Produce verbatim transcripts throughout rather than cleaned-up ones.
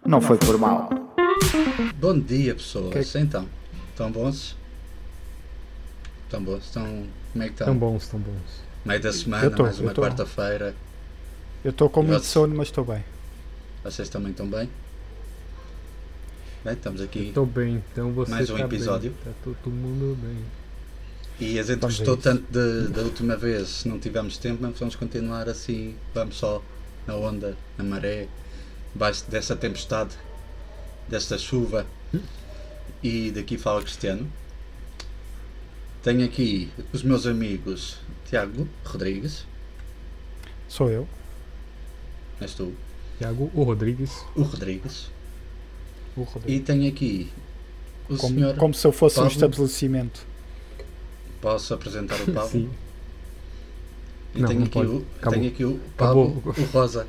Não foi por mal. Bom dia, pessoas. Que... Então, estão bons? Estão bons? Estão... Como é que estão? Estão bons, estão bons. Meio da semana, tô, mais uma tô. quarta-feira. Eu estou com E muito vocês? sono, mas estou bem. Vocês também estão bem? Bem, estamos aqui. Estou bem, então você Mais um tá episódio. Bem. Tá todo mundo bem. E a gente Vamos gostou a isso. tanto de- da última vez, se não tivemos tempo, mas vamos continuar assim. Vamos só na onda, na maré, debaixo dessa tempestade, desta chuva. E daqui fala Cristiano. Tenho aqui os meus amigos Tiago Rodrigues, Sou eu, és tu, Tiago, o Rodrigues. o Rodrigues, O Rodrigues. e tenho aqui o Como, senhor. como se eu fosse um Pablo. estabelecimento. Posso apresentar o Pablo? Sim. E Não, tenho, não aqui pode. o, Acabou. tenho aqui o Pablo, Acabou. o Rosa.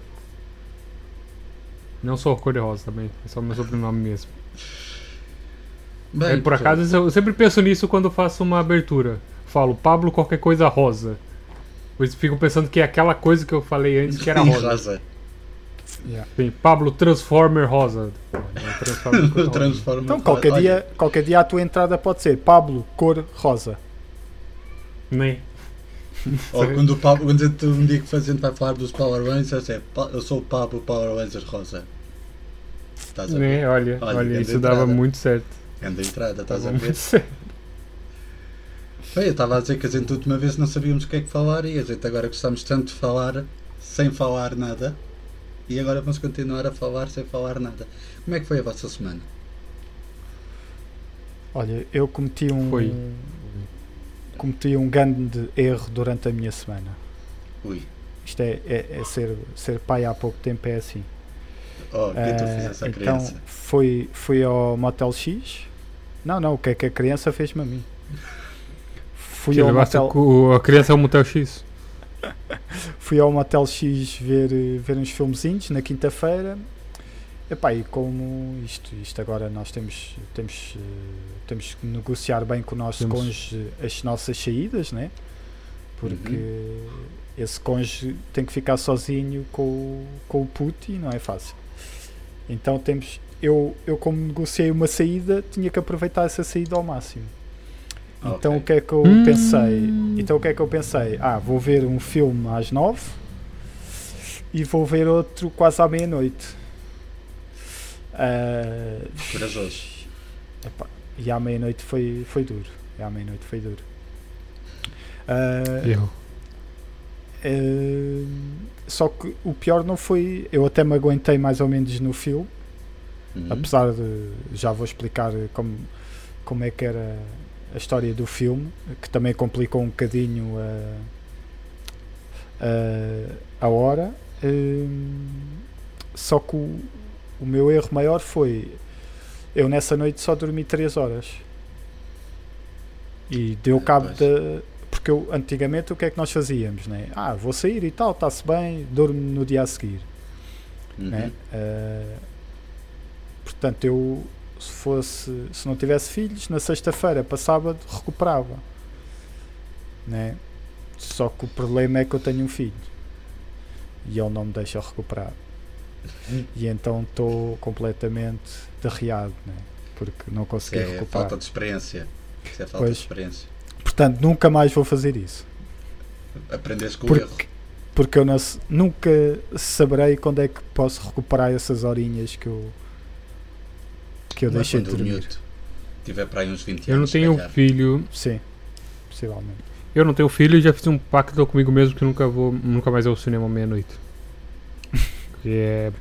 Não sou cor-de-rosa também, é só meu sobrenome mesmo. Bem, É, por pessoal, acaso, eu sempre penso nisso quando faço uma abertura. Falo, Pablo qualquer coisa rosa. Pois fico pensando que é aquela coisa que eu falei antes que era e rosa. rosa. Yeah. Sim, Pablo Transformer Rosa. Transformer cor rosa. Transforma. Então, qualquer Olha, dia, qualquer dia a tua entrada pode ser Pablo cor rosa. Nem. Ou quando o Pablo, quando a gente um dia que fazendo vai falar dos Power Rangers, é "Pa- eu sou o Pablo Power Rangers Rosa. Estás a ver? Nem, olha, Olha, olha, grande isso dava entrada. muito certo. Grande entrada, estás a Dava ver? muito certo. Bem, eu estava a dizer que a gente a última vez não sabíamos o que é que falar e a gente agora gostamos tanto de falar sem falar nada e agora vamos continuar a falar sem falar nada. Como é que foi a vossa semana? Olha, eu cometi um. Foi. Cometi um grande erro durante a minha semana. Ui, Isto é, é, é ser, ser pai há pouco tempo é assim. oh, o que é que tu Eh, fizeste à então criança? fui, fui ao Motel X. Não, não, o que é que a criança fez-me a mim? Fui Que ao, levaste motel, com a criança ao Motel X. fui ao Motel X ver, eh, ver uns filmezinhos na quinta-feira. Epá, e como isto, isto agora nós temos, temos, eh, temos que negociar bem com o nosso Temos. cônjuge as nossas saídas, né? Porque esse cônjuge tem que ficar sozinho com, o- com o puto e não é fácil. Então temos, eu, eu como negociei uma saída, tinha que aproveitar essa saída ao máximo. Então Ok. o que é que eu Hum. pensei? Então o que é que eu pensei? Ah, vou ver um filme às nove e vou ver outro quase à meia-noite. Ah, Corajoso. epá, e à meia-noite foi, foi duro. E à meia-noite foi duro. Ah, Eu. eh, só que o pior não foi. Eu até me aguentei mais ou menos no filme, Uhum. apesar de. Já vou explicar como, como é que era a história do filme, que também complicou um bocadinho a, a, a hora. Hum, só que o, o meu erro maior foi eu nessa noite só dormi três horas e deu Ah, cabo pois. da. Porque eu, antigamente o que é que nós fazíamos? Né? Ah, vou sair e tal, está-se bem, durmo no dia a seguir. Uhum. Né? Uh, portanto, eu se fosse, se não tivesse filhos, na sexta-feira para sábado recuperava, né? Só que o problema é que eu tenho um filho e ele não me deixa recuperar e então estou completamente derreado, né? Porque não Isso consegui é recuperar. falta de experiência. Isso é falta Pois. de experiência. Portanto, nunca mais vou fazer isso. Aprendes com o erro. Porque, porque eu não se- nunca saberei quando é que posso recuperar essas horinhas que eu que eu Não é deixei de quando o dormir. miúdo tiver para aí uns vinte Eu não anos. tenho se calhar. filho. Sim, possivelmente. Eu não tenho filho e já fiz um pacto comigo mesmo que nunca vou, nunca mais ao cinema à meia-noite. Que é.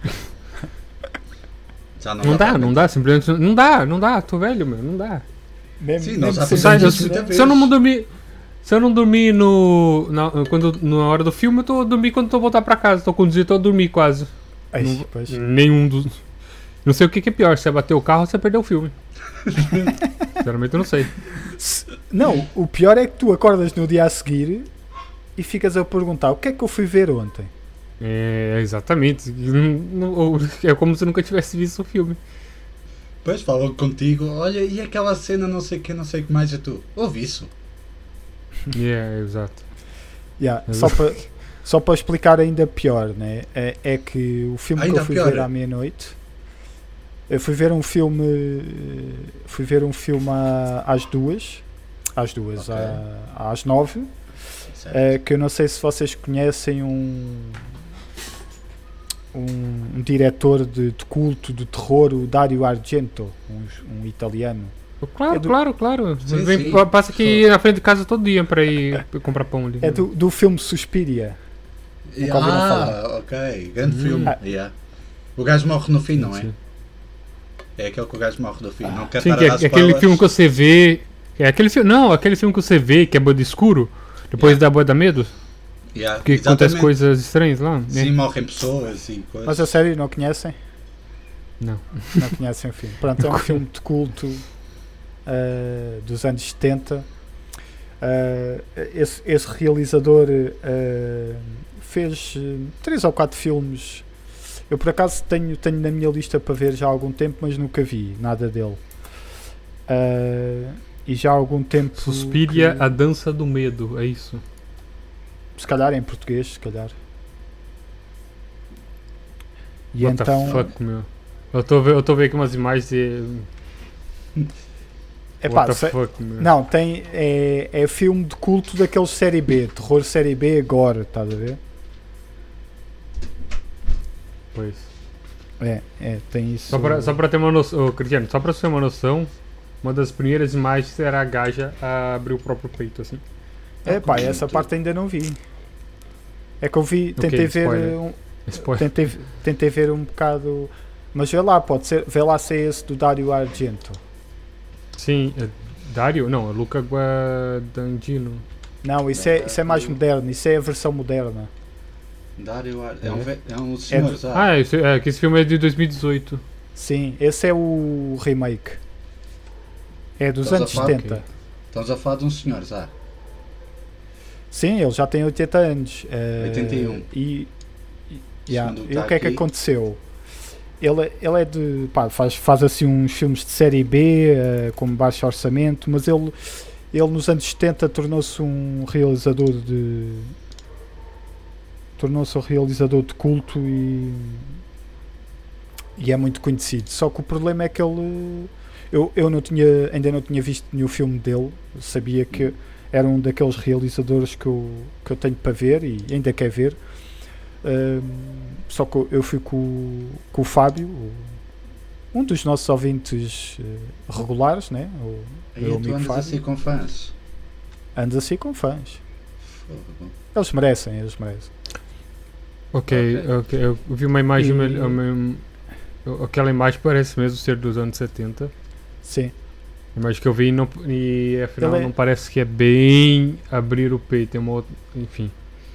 Já Não dá, para não dá, simplesmente. Não dá, não dá, tô velho, meu, não dá. Mesmo, Sim, mesmo nós já sem fizemos dormir, isso muita né? vez. Se eu não dormir. Se eu não dormir no. Na, quando, na hora do filme, eu tô a dormir quando estou a voltar para casa. Estou a conduzir, estou a dormir quase. Ai, Não- pois. Nenhum dos. Não sei o que, que é pior, se é bater o carro ou se é perder o filme. Sinceramente eu não sei. Se- Não, o pior é que tu acordas no dia a seguir e ficas a perguntar o que é que eu fui ver ontem. É, exatamente. Não- não- É como se eu nunca tivesse visto o filme. Depois falam contigo, olha, e aquela cena não sei o que, não sei o que mais é tu. Ouve isso. É, exato. Yeah, Mas- só para só para explicar ainda pior, né? é, é que o filme Ainda que eu fui pior. ver à meia-noite Eu fui ver um filme. Fui ver um filme à- às duas. Às duas, Ok. à- às nove. Certo. eh, que eu não sei se vocês conhecem um. Um, um diretor de, de culto, de terror, o Dario Argento, um, um italiano. Claro, É do- claro, claro. Sim, Vem- sim. Passa aqui na frente de casa todo dia para ir comprar pão ali. É do, do filme Suspiria. nunca ouviram Ah, ok. Grande Hum. filme. Ah. Yeah. O gajo morre no fim, não é? Sim. É aquele que o gajo morre no fim. Não quer Sim, estar que a é, dar é aquele spoilers. filme que você vê. É aquele filme. Não, aquele filme que você vê que é boa de escuro. Depois Yeah. dá boa da medo. Yeah, Porque acontece exatamente. coisas estranhas lá. né? Sim, morrem pessoas e coisas. Mas a sério, não conhecem? Não. Não conhecem o filme. Pronto, é um filme de culto uh, dos anos setenta. Uh, esse, esse realizador uh, fez uh, três ou quatro filmes. Eu por acaso tenho, tenho na minha lista para ver já há algum tempo, mas nunca vi nada dele. Uh, e já há algum tempo. Suspiria, que- a dança do medo. É isso. Se calhar em português, se calhar. E What então. the fuck, meu. Eu estou a ver, eu tô a ver aqui umas imagens e. Epá, What the se- fuck, meu. Não, tem, é, é filme de culto daqueles série B, terror série B, gore, estás a ver? Pois. É, é, tem isso. Só para, só para ter uma noção, ô, Cristiano, só para você ter uma noção, uma das primeiras imagens era a gaja a abrir o próprio peito, assim. É pá, Ah, essa muito. parte ainda não vi. É que eu vi, Ok, tentei ver spoiler. um, Spoiler. tentei, tentei ver um bocado, mas vê lá, pode ser, vê lá se é esse do Dario Argento. Sim, é Dario? Não, é Luca Guadagnino. Não, isso é, isso é mais moderno, isso é a versão moderna. Dario Ar- é, um, É? ve- é um senhor, do- sabe? Ah, esse, é que esse filme é de dois mil e dezoito. Sim, esse é o remake. É dos Estás a anos falar? setenta. Ok. Estamos a falar de um senhor, já. Sim, ele já tem oitenta anos. eh, oitenta e um. E, e, yeah, Segundo e tá o que é que aqui. aconteceu? Ele, ele é de. Pá, faz, faz assim uns filmes de série B, eh, com baixo orçamento, mas ele, ele nos anos setenta tornou-se um realizador de. Tornou-se um realizador de culto e. E é muito conhecido. Só que o problema é que ele. Eu, eu não tinha, ainda não tinha visto nenhum filme dele, sabia que era um daqueles realizadores que eu, que eu tenho para ver e ainda quer ver. Ahm, só que eu fui com, o- com o Fábio, o- um dos nossos ouvintes eh, regulares, né? o Aí meu tu amigo andas Fábio. assim com fãs. Anda assim com fãs. Fogo. Eles merecem, eles merecem. Ok, Ok. ok, eu vi uma imagem. E- mel- uma- aquela imagem parece mesmo ser dos anos setenta. Sim. A imagem que eu vi e, não, e afinal Ele é- não parece que é bem abrir o peito. É uma outra. Enfim.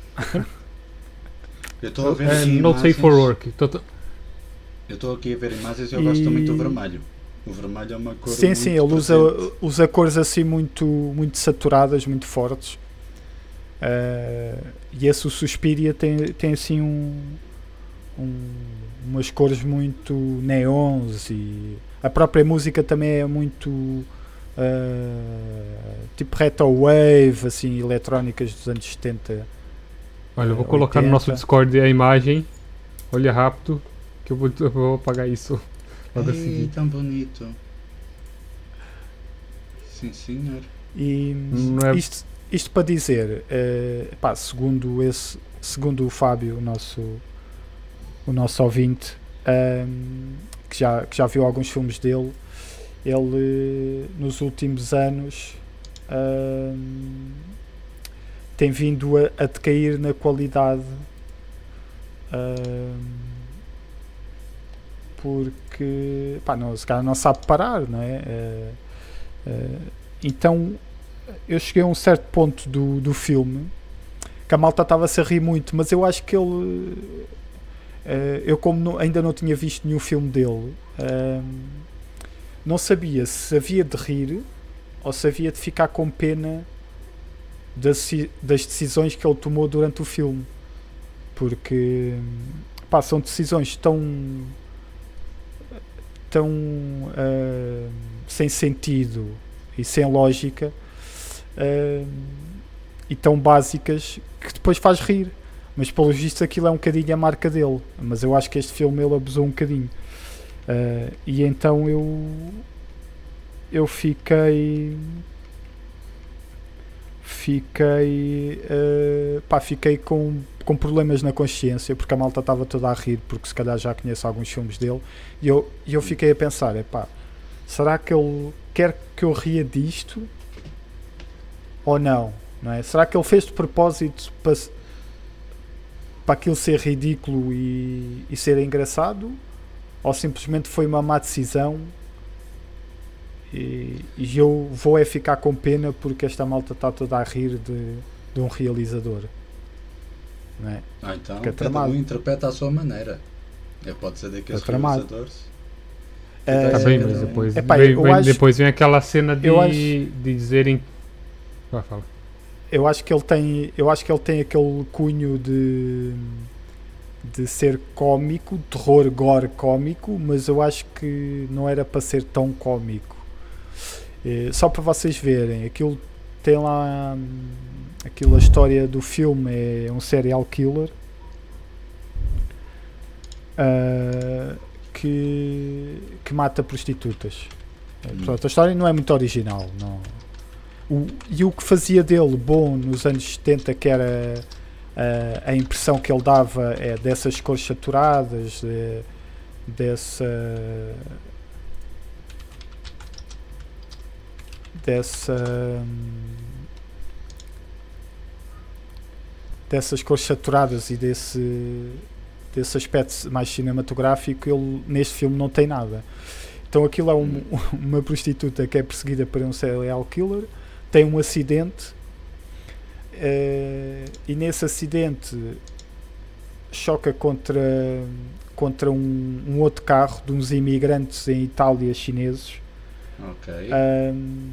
Eu estou a ver É, aqui not safe for imagens. work. Tô- tô- Eu estou aqui a ver imagens e eu E- gosto muito do vermelho. O vermelho é uma cor Sim, muito sim, ele usa, presente. usa cores assim muito, muito saturadas, muito fortes. Ah, e esse o Suspiria tem, tem assim um, um- umas cores muito neons e a própria música também é muito ah, tipo retrowave, assim, eletrónicas dos anos setenta. Olha, eu vou É, colocar no nosso oitenta. Discord a imagem. Olha rápido. Que eu vou, eu vou apagar isso logo a Ei, seguir. tão bonito. Sim, senhor. E Não é- isto, isto para dizer, eh, pá, segundo, esse, segundo o Fábio, o nosso, o nosso ouvinte, ahm, que, já, que já viu alguns filmes dele, ele nos últimos anos ahm, tem vindo a, a decair na qualidade. ahm, porque pá, não, esse cara não sabe parar, não é? Eh, eh, então eu cheguei a um certo ponto do, do filme que a malta estava-se a rir muito, mas eu acho que ele eh, eu como não- ainda não tinha visto nenhum filme dele, ahm, não sabia se havia de rir ou se havia de ficar com pena das, das decisões que ele tomou durante o filme, porque pá, são decisões tão tão ah, sem sentido e sem lógica ah, e tão básicas que depois faz rir, mas pelos vistos aquilo é um bocadinho a marca dele, mas eu acho que este filme ele abusou um bocadinho. Uh, e então eu eu fiquei fiquei uh, pá, fiquei com, com problemas na consciência, porque a malta estava toda a rir, porque se calhar já conheço alguns filmes dele, e eu, e eu fiquei a pensar, epá, será que ele quer que eu ria disto ou não, não é? Será que ele fez de propósito para, para aquilo ser ridículo e, e ser engraçado, ou simplesmente foi uma má decisão e, e eu vou é ficar com pena porque esta malta está toda a rir de, de um realizador, não é? Ah, então Fica cada tramado. um interpreta à sua maneira. É, pode ser daqueles Fica tramado. realizadores. É, Está bem, cada mas um. depois, Epá, vem, eu vem- acho- depois vem aquela cena de, eu acho- de dizerem. Vai, fala. eu acho que ele tem eu acho que ele tem aquele cunho de de ser cómico, terror gore cómico, mas eu acho que não era para ser tão cómico. Eh, só para vocês verem, aquilo tem lá hum, aquilo, a história do filme é um serial killer ah, que, que mata prostitutas. Eh, Hum. Portanto, a história não é muito original, não. O, e o que fazia dele bom nos anos setenta, que era ah, a impressão que ele dava é dessas cores saturadas, de- dessa dessa hum, dessas cores saturadas e desse desse aspecto mais cinematográfico, ele neste filme não tem nada. Então aquilo é um- uma prostituta que é perseguida por um serial killer, tem um acidente eh, e nesse acidente choca contra, contra um, um outro carro de uns imigrantes em Itália chineses, Ok. ahm,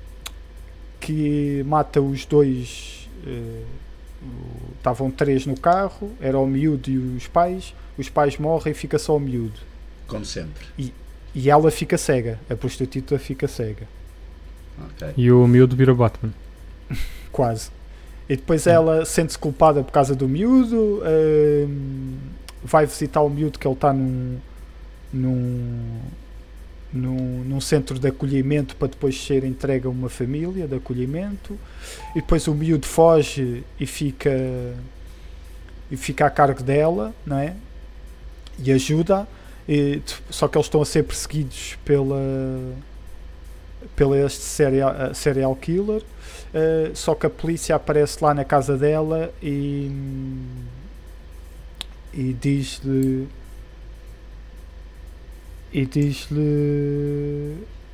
que mata os dois. eh, o- Estavam três no carro, era o miúdo e os pais. Os pais morrem e fica só o miúdo. Como sempre. E ela fica cega, a prostituta fica cega, Ok. E o miúdo vira Batman. quase. E depois ela sente-se culpada por causa do miúdo, ahm, vai visitar o miúdo que ele está num, num, num, num centro de acolhimento para depois ser entregue a uma família de acolhimento, e depois o miúdo foge e fica, e fica a cargo dela, não é? E ajuda, e, só que eles estão a ser perseguidos pela, pela este serial, serial killer. Uh, só que a polícia aparece lá na casa dela e, e diz-lhe e diz-lhe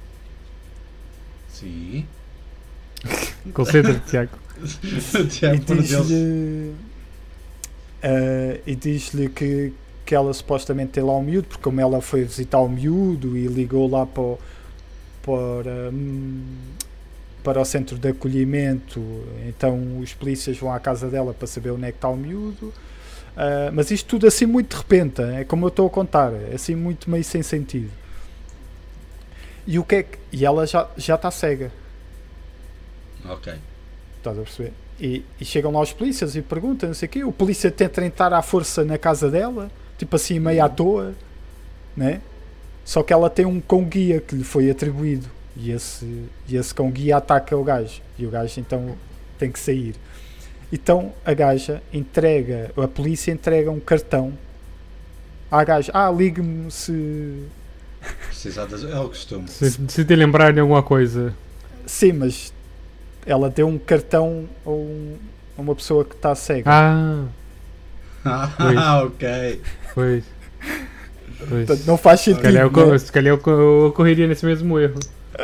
Sim. Concentra-te, Tiago. Tiago, e por Deus. diz-lhe uh, e diz-lhe que, que ela supostamente tem lá um miúdo, porque como ela foi visitar o miúdo e ligou lá para o, para, hum, para o centro de acolhimento, então os polícias vão à casa dela para saber onde é que está o miúdo. Uh, mas isto tudo assim muito de repente, é como eu estou a contar, é assim muito meio sem sentido. E o que é que, e ela já já está cega, Ok. estás a perceber? E, e chegam lá os polícias e perguntam, não sei o quê, o polícia tenta entrar à força na casa dela, tipo assim meio à toa, né? Só que ela tem um cão-guia que lhe foi atribuído, e esse, e esse cão-guia ataca o gajo, e o gajo então tem que sair. Então a gaja entrega, a polícia entrega um cartão à gaja, ah, ligue-me se... Precisar de... É o costume. Se, se te lembrar de alguma coisa. Sim, mas ela deu um cartão a, um, a uma pessoa que está cega. Ah, Ah, ok. pois. Pois. Portanto, não faz Se sentido, calhar, eu, né? co- se calhar eu, co- eu correria nesse mesmo erro.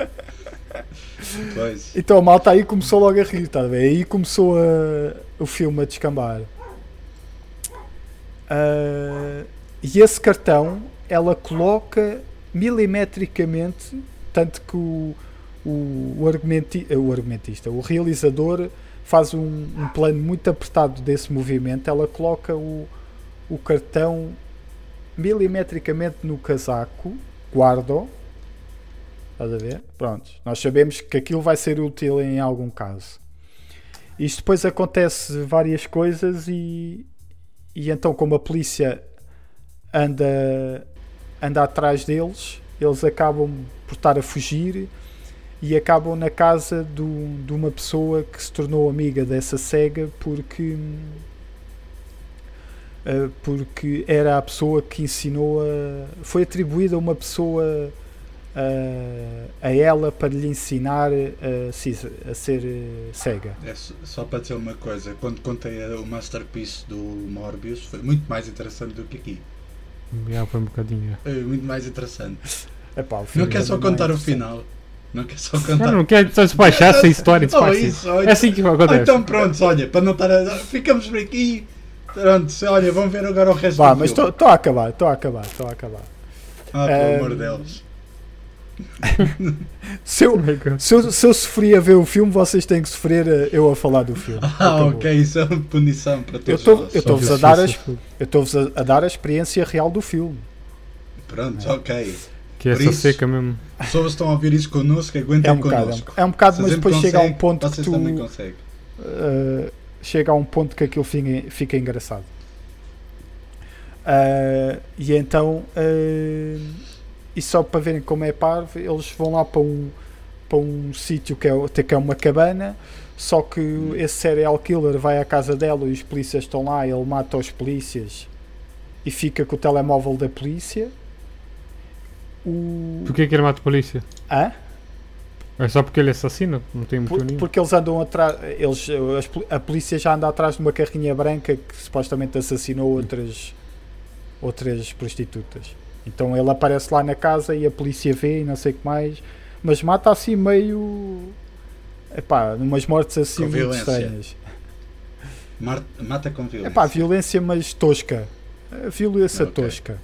Pois. Então a malta aí começou logo a rir, tá a ver? Aí começou a- o filme a descambar. Ah, e esse cartão ela coloca milimetricamente, tanto que o, o, o, argumenti, o argumentista, o realizador, faz um, um plano muito apertado desse movimento. Ela coloca o, o cartão milimetricamente no casaco, guarda-o. Estás a ver? Pronto, nós sabemos que aquilo vai ser útil em algum caso. Isto depois acontece várias coisas e, e então como a polícia anda anda atrás deles, eles acabam por estar a fugir e acabam na casa do, de uma pessoa que se tornou amiga dessa cega porque, uh, porque era a pessoa que ensinou a, foi atribuída a uma pessoa uh, a ela para lhe ensinar a, a ser uh, cega. É só para dizer uma coisa, quando contei o Masterpiece do Morbius foi muito mais interessante do que aqui. Já foi um bocadinho. Foi muito mais interessante. Epá, o Não quer só contar é o final. Não quer só contar. Não, não quer só despachar sem história. Oh, Despacha. isso, É assim que acontece. Oh, então pronto, olha, para não estar a... Ficamos por aqui. Pronto, olha, vamos ver agora o resto Vá, do mas filme. estou a acabar, estou a acabar, estou a acabar. Ah, pelo Um, amor de Deus. Se eu, se, eu, se eu sofri a ver o filme, vocês têm que sofrer a- eu a falar do filme. Ah, Acabou. ok, isso é uma punição para Eu todos estou- nós. eu estou-vos a dar as- eu estou-vos a, a dar a experiência real do filme. Pronto, ok. Que é Por essa isso- seca mesmo. Pessoas estão a ouvir isso connosco, aguentem É um bocado, é um, connosco. é um bocado, Se a mas gente depois chega a um consegue, ponto que vocês tu também conseguem. uh, chega a um ponto que aquilo fica, fica engraçado. Uh, e então uh, e só para verem como é parvo, eles vão lá para um para um sítio que é, até que é uma cabana, só que esse serial killer vai à casa dela e os polícias estão lá, ele mata os polícias e fica com o telemóvel da polícia. O... Porquê que ele mata a polícia? Hã? É só porque ele assassina? Não tem motivo Por- nenhum. porque eles andam atrás, eles, as poli- a polícia já anda atrás de uma carrinha branca que supostamente assassinou outras, outras prostitutas. Então ele aparece lá na casa e a polícia vê e não sei o que mais, mas mata assim meio, epá, numas mortes assim Com muito violência. estranhas. Mar- Mata com violência. Epá, violência mas tosca, A violência Ok. tosca.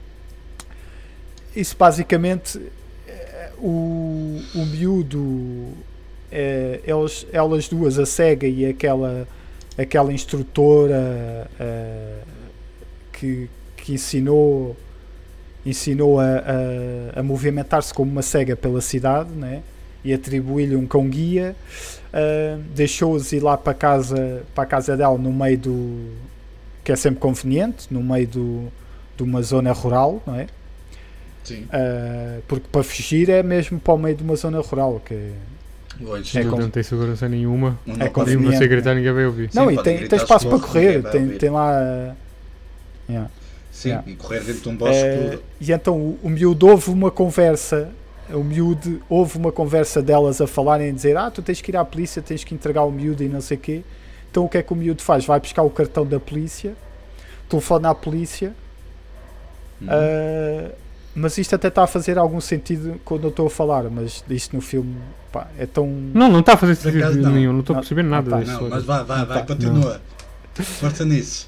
Isso basicamente, eh, o, o miúdo, eh, eles, elas duas, a cega e aquela, aquela instrutora eh, que, que ensinou, ensinou a, a, a movimentar-se como uma cega pela cidade, né? E atribuiu-lhe um cão-guia, eh, deixou-os ir lá para a casa, para a casa dela no meio do, que é sempre conveniente, no meio do, de uma zona rural, não é? Sim. Uh, porque para fugir é mesmo para o meio de uma zona rural, que é- Ou antes É de- com- Não tem segurança nenhuma. um é não com- pode- E conveniente, você gritar né? ninguém vai ouvir. não, e pode tem, gritar tem espaço se para for, correr, ninguém vai tem, ouvir. tem lá uh, yeah. Sim, Yeah. e correr dentro de um bosque Uh, tudo. e então o, o miúdo houve uma conversa, o miúdo houve uma conversa delas a falarem e dizer, ah, tu tens que ir à polícia, tens que entregar o miúdo e não sei o quê. Então o que é que o miúdo faz? Vai buscar o cartão da polícia, telefona à polícia. Hum. Uh, mas isto até está a fazer algum sentido quando eu estou a falar, mas isto no filme, pá, é tão... Não, não está a fazer Por acaso, sentido não. nenhum. Não estou a Não, perceber não nada tá. disso. Não, mas vai, vai, Não vai, tá. continua. Força nisso.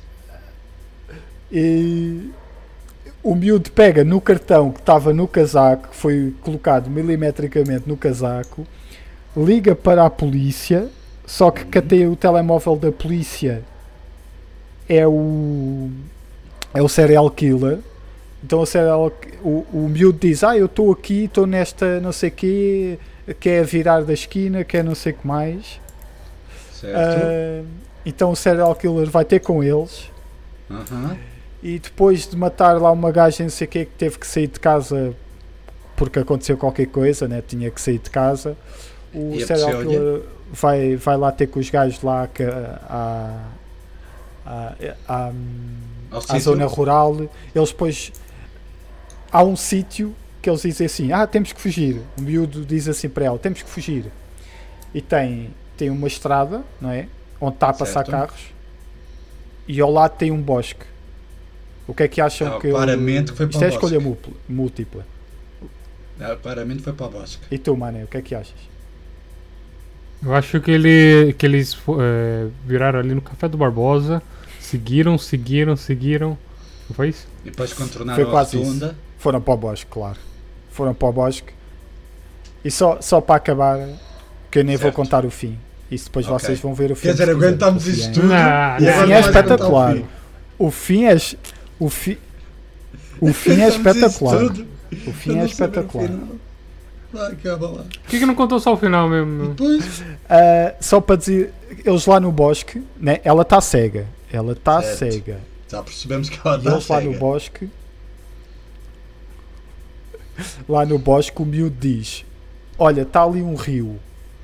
E o miúdo pega no cartão que estava no casaco, que foi colocado milimetricamente no casaco, liga para a polícia, só que que até o telemóvel da polícia é o é o serial killer. Então o serial o, o miúdo diz, ah, eu estou aqui, estou nesta não sei quê, quer virar da esquina, quer não sei o que mais. Certo? Ah, então o serial killer vai ter com eles. Aham. E depois de matar lá uma gaja não sei o que, que teve que sair de casa porque aconteceu qualquer coisa, né? Tinha que sair de casa, o E serial apeteceu-lhe? killer vai, vai lá ter com os gajos lá que, à, à, à, Ao à sítio? zona rural. Eles depois há um sítio que eles dizem assim, ah, temos que fugir. O miúdo diz assim para ela, temos que fugir. E tem, tem uma estrada, não é? Onde está a passar Certo. carros e ao lado tem um bosque. O que é que acham Ah, que claramente eu... foi para Isto o é escolha bosque. múltipla- múltipla. Ah, claramente foi para o bosque. E tu, Mané, o que é que achas? Eu acho que, ele, que eles fo- eh, viraram ali no Café do Barbosa, seguiram, seguiram, seguiram. Não foi isso? E depois contornaram Foi a quase rotunda. Foram para o bosque, claro. Foram para o bosque. E só, só para acabar, que eu nem vou Certo. contar o fim. Isso depois Ok. vocês vão ver o Quer filme. dizer, se quiserem. aguentamos O fim isto é- tudo. Não, e não. agora O fim é vais contar espetacular. o fim. O fim é... es- O fim... O fim é Aguentamos isto espetacular. tudo O fim para é não saber o espetacular. final. Vai, acaba lá. Por que, que não contou só o final mesmo? Depois, Uh, só para dizer, eles lá no bosque, né? Ela está cega. Ela está Certo. cega. já percebemos que ela E está eles lá no cega. bosque, lá no bosque, o miúdo diz: olha, está ali um rio.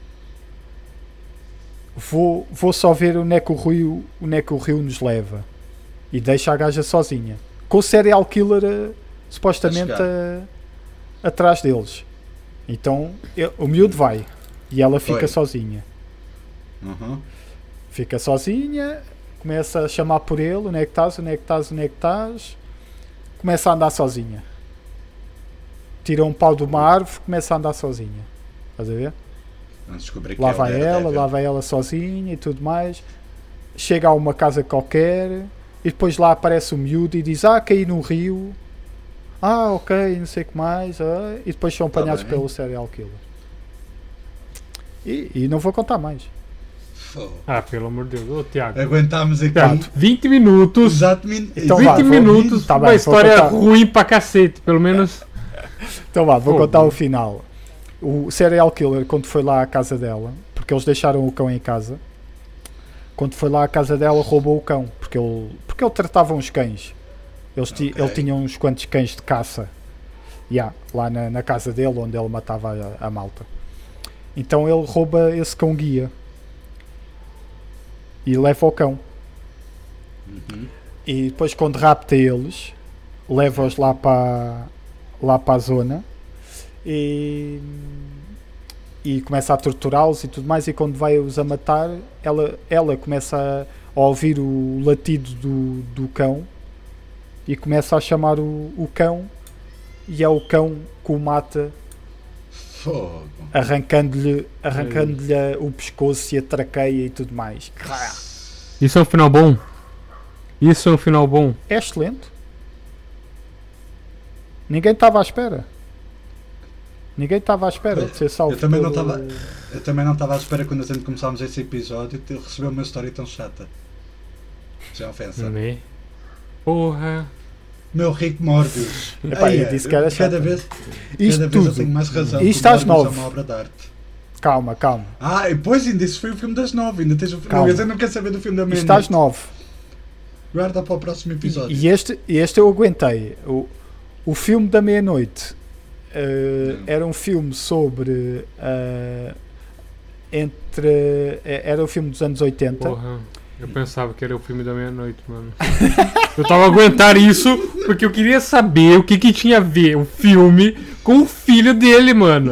Vou, vou só ver onde é, que o rio, onde é que o rio nos leva. E deixa a gaja sozinha. Com o serial killer uh, supostamente uh, atrás deles. Então ele, o miúdo vai. E ela fica Foi. sozinha. Uhum. Fica sozinha. Começa a chamar por ele. Onde é que estás? Onde é que estás? Onde é que estás? Começa a andar sozinha. Tira um pau de uma árvore. Começa a andar sozinha. Estás a ver? Vamos descobrir que Lá é o vai ela, Daredevil. lá vai ela sozinha e tudo mais. Chega a uma casa qualquer e depois lá aparece o miúdo e diz: ah, caí no rio. Ah, ok, não sei o que mais. Ah, e depois são Tá apanhados bem. pelo serial killer. E, e não vou contar mais. Fogo. Ah, pelo amor de Deus. Ô, Tiago. Aguentámos aqui. Tiago, vinte minutos. Exatamente. Então vinte vá, vou- minutos. tá uma bem, vou história contar. ruim pra cacete. Pelo menos. Então vá, vou Oh, contar o meu. final. O serial killer, quando foi lá à casa dela, porque eles deixaram o cão em casa, quando foi lá à casa dela, roubou o cão, porque ele, porque ele tratava uns cães. Eles ti- Ok. Ele tinha uns quantos cães de caça, yeah, lá na, na casa dele, onde ele matava a, a malta. Então ele rouba esse cão guia e leva o cão. Uhum. E depois, quando rapta eles, leva-os lá para lá para a zona e, e começa a torturá-los e tudo mais. E quando vai-os a matar, ela, ela começa a, a ouvir o latido do, do cão e começa a chamar o, o cão, e é o cão que o mata, Fogo. arrancando-lhe arrancando-lhe o pescoço e a traqueia e tudo mais. Isso é um final bom? Isso é um final bom? É excelente. Ninguém estava à espera. Ninguém estava à espera de ser salvo. Eu também não pelo- estava- Eu também não estava à espera quando a gente começámos esse episódio de receber uma história tão chata. Sem ofensa. Né? Porra. Meu Rick Morbius. Epá, Ai, eu disse que era cada chata. vez, Isto cada vez eu tudo. tenho mais razão. Isto que o às Morbius nove. É uma obra de arte. Calma, calma. Ah, e depois ainda isso foi o filme das nove. Ainda tens o filme. Calma. Não, eu não quero saber do filme da Isto meia-noite. às nove. Guarda para o próximo episódio. E este, este eu aguentei. O, o filme da meia-noite eh, Não. era um filme sobre. eh, entre. eh, Era um filme dos anos oitenta. Porra. Eu pensava que era o filme da meia-noite, mano. Eu tava a aguentar isso porque eu queria saber o que que tinha a ver o filme com o filho dele, mano.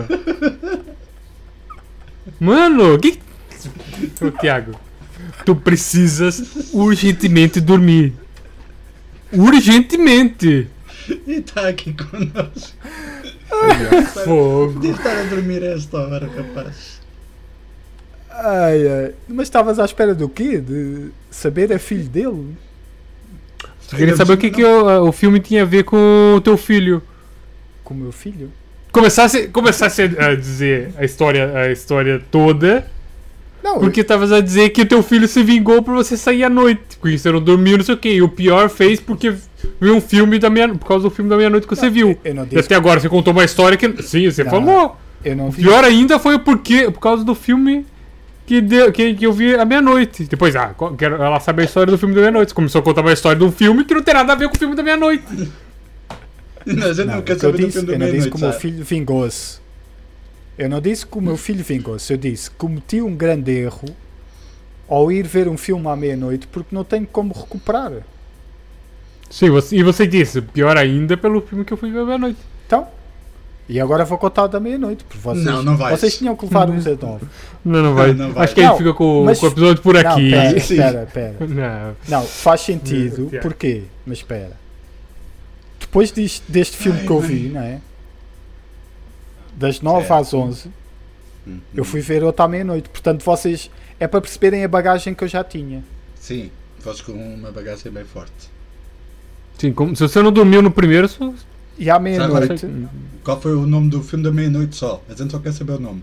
Mano, o que. Ô, Thiago, tu precisas urgentemente dormir. Urgentemente. E está aqui connosco. Fogo. Podia estar a dormir a esta hora, rapaz. Ai, ai. Mas estavas à espera do quê? De saber a filho dele? Eu queria saber o que, que o, o filme tinha a ver com o teu filho. Com o meu filho? Começasse, começasse a dizer a história, a história toda, Não, porque estavas a dizer que o teu filho se vingou por você sair à noite. Porque você não dormiu, não sei o que. E o pior fez porque viu um filme da meia, por causa do filme da meia-noite que você viu. eu não E disse. até agora você contou uma história que. Sim, você Não, falou. Eu não O vi. pior ainda foi porque, por causa do filme que, deu, que, que eu vi à meia-noite. Depois, ah, co- quero ela saber a história do filme da meia-noite. Você começou a contar uma história de um filme que não tem nada a ver com o filme da meia-noite. Não, a gente Não, não o quer que eu saber do disse, filme da eu não disse que meia-noite. o meu sabe? filho vingou-se. Eu não disse que o meu filho vingou-se. Eu disse que cometi um grande erro ao ir ver um filme à meia-noite porque não tenho como recuperar. Sim, você, e você disse, pior ainda pelo filme que eu fui ver à meia-noite. Então, e agora vou contar o da meia-noite. Porque vocês, Não, não vais. vocês tinham que levar um dezenove. Não, não vai. Não vai. Acho que Não, aí fica com, mas- com o episódio por aqui. Não, pera, Sim. pera, pera. Não. Não, faz sentido. Tiago. Porquê? Mas espera. Depois deste, deste filme Ai, que eu bem. vi, não é? Das nove Certo. às onze, Hum, eu hum. fui ver outra à meia-noite. Portanto, vocês... É para perceberem a bagagem que eu já tinha. Sim, foste com uma bagagem bem forte. Sim, como, se você não dormiu no primeiro, só... E à meia-noite... Qual foi o nome do filme da meia-noite só? A gente só quer saber o nome.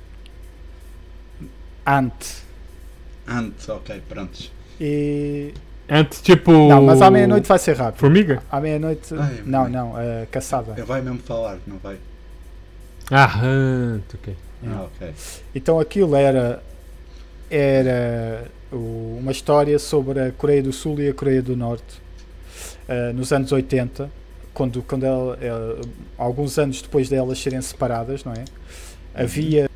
Ant. Ant, ok, prontos. E... Antes, tipo... Não, mas à meia-noite vai ser rápido. Formiga? À meia-noite... Ai, Não, mãe. não. A caçada. Ele vai mesmo falar, não vai? Ah, Hunt, ok. Ah, ok. Então aquilo era... Era o- uma história sobre a Coreia do Sul e a Coreia do Norte. Uh, nos anos oitenta. quando, quando ela, ela, alguns anos depois delas serem separadas, não é? Havia.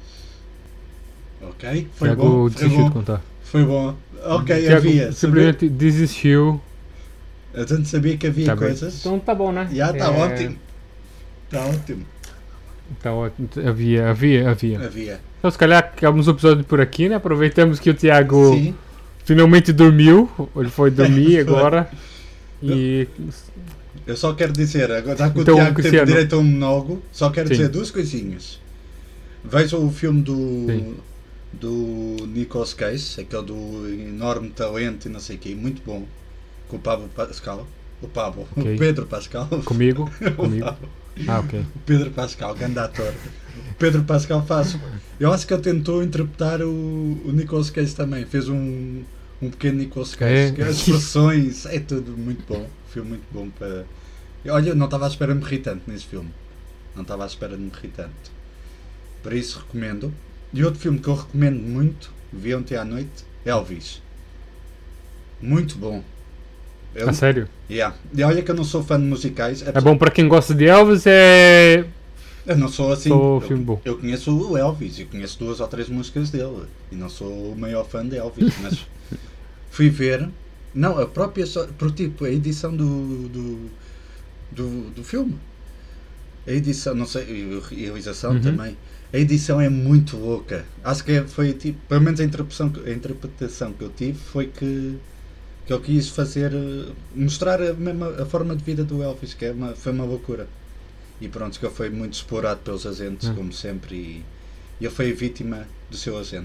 Ok, foi Tiago bom. Foi desistiu de bom. contar. Foi bom. Ok, Tiago havia. simplesmente desistiu. A gente sabia que havia Tá bem. coisas. Então tá bom, né? Já está É, ótimo. Está ótimo. Tá ótimo. Havia, havia, havia. Havia. Então se calhar acabamos o episódio por aqui, né? Aproveitamos que o Tiago Sim. finalmente dormiu. Ele foi dormir Foi. agora. E. Eu só quero dizer, agora já que Então, o Tiago teve Cristiano. direito a um monólogo, só quero Sim. dizer duas coisinhas. Vejam o filme do, Sim. do Nicolas Cage, aquele do enorme talento e não sei o quê, muito bom, com o Pablo Pascal. O Pablo, Ok. o Pedro Pascal. Comigo? O Comigo. Pablo. Ah, ok. O Pedro Pascal, grande ator. O Pedro Pascal faz. Eu acho que ele tentou interpretar o, o Nicolas Cage também. Fez um, um pequeno Nicolas Cage. É. Que as expressões, é tudo muito bom. Filme muito bom para. Olha, eu não estava à espera de me rir tanto nesse filme. Não estava à espera de me rir tanto. Por isso recomendo. E outro filme que eu recomendo muito, vi ontem à noite, Elvis. Muito bom. Eu, A sério? yeah. E olha que eu não sou fã de musicais. É bom para quem gosta de Elvis, é. Eu não sou assim. Sou eu, filme bom. eu conheço o Elvis e conheço duas ou três músicas dele. E não sou o maior fã de Elvis, mas fui ver. Não, a própria. só- Por tipo, a edição do, do, do, do filme. A edição, não sei, e a realização Uhum. também. A edição é muito louca. Acho que é- foi tipo. Pelo menos a interpretação, que- a interpretação que eu tive foi que. Que eu quis fazer. eh, Mostrar a, mesma, a forma de vida do Elvis, que é uma, foi uma loucura. E pronto, que ele foi muito explorado pelos agentes, Hum. como sempre, e e ele foi a vítima do seu agente.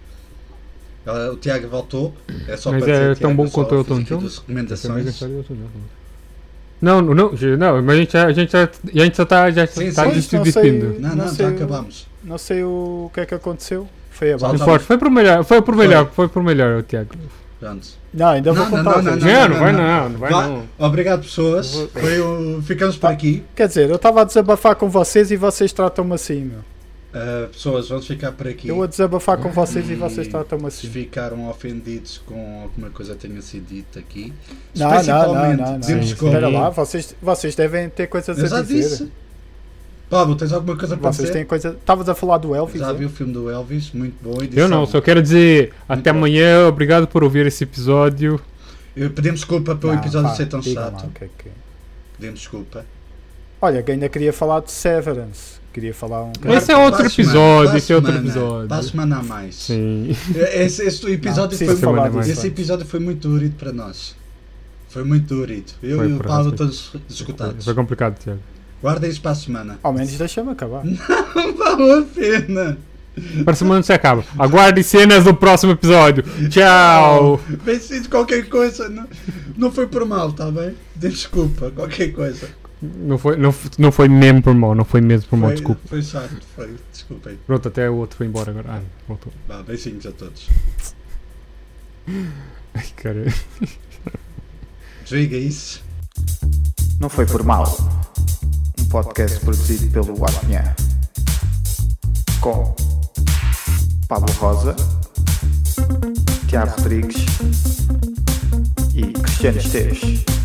Ela- O Tiago voltou, é só Mas para é dizer, tão Tiago, bom eu só quanto o Elton fiz aqui John? duas Essa é a recomendações. história do Elton John. Não, não, não, não, mas a gente já, a gente já, a gente já está já Sim, está sim. se Não despedindo. sei. Não, não, Não já sei o- acabamos. Não sei o que é que aconteceu. Foi Só abaixo. Não tá- importa, foi por melhor, foi por melhor, foi por melhor, o Tiago. Pronto. Não, ainda vou Não, não, contar. não, outra. Não, não vai não, não vai Vá, não. Obrigado, pessoas. Foi o- Ficamos por aqui. Quer dizer, eu estava a desabafar com vocês e vocês tratam-me assim, meu. Uh, pessoas, vamos ficar por aqui. Eu a desabafar com vocês e E vocês tratam-me Se assim. ficaram ofendidos com alguma coisa que tenha sido dita aqui, Não, não, não, principalmente, não, não. dizemos Sim, como. Espera lá, vocês, vocês devem ter coisas Eu já a dizer. disse. Pablo, tens alguma coisa para Vocês dizer? têm coisa. Estavas a falar do Elvis? Já é? vi o filme do Elvis, muito bom. Edição. Eu não, só quero dizer até bom. amanhã, obrigado por ouvir esse episódio. Eu- Pedimos desculpa pelo Não, episódio pá, ser tão digam lá chato. o que é que é. Pedimos desculpa. Olha, que ainda queria falar de Severance. Queria falar um Mas esse é Para outro a semana, episódio, para a esse é outro semana, episódio. Para a semana a mais. Sim. Esse, esse episódio, Não, foi, preciso falar disso esse antes. episódio foi muito dolorido para nós. Foi muito dolorido. Eu Foi, e o por Paulo acaso, todos esgotados. Foi complicado, Tiago. Guardem isso para a semana. Ao menos deixa-me acabar. Não vale a pena. Para a semana se acaba. Aguarde cenas do próximo episódio. Tchau! Bem, se diz qualquer coisa. Não, não foi por mal, está bem? Desculpa, qualquer coisa. Não foi, não, f- não foi mesmo por mal, não foi mesmo por mal, Foi, desculpa. foi chato, foi. Desculpem. Pronto, até o outro foi embora agora. Ah, voltou. Vá, beijinhos a todos. Ai, cara. Desliga isso. Não foi por mal. Um podcast produzido pelo Apinha. Com Pablo Rosa, Tiago Rodrigues e Cristiano Esteves.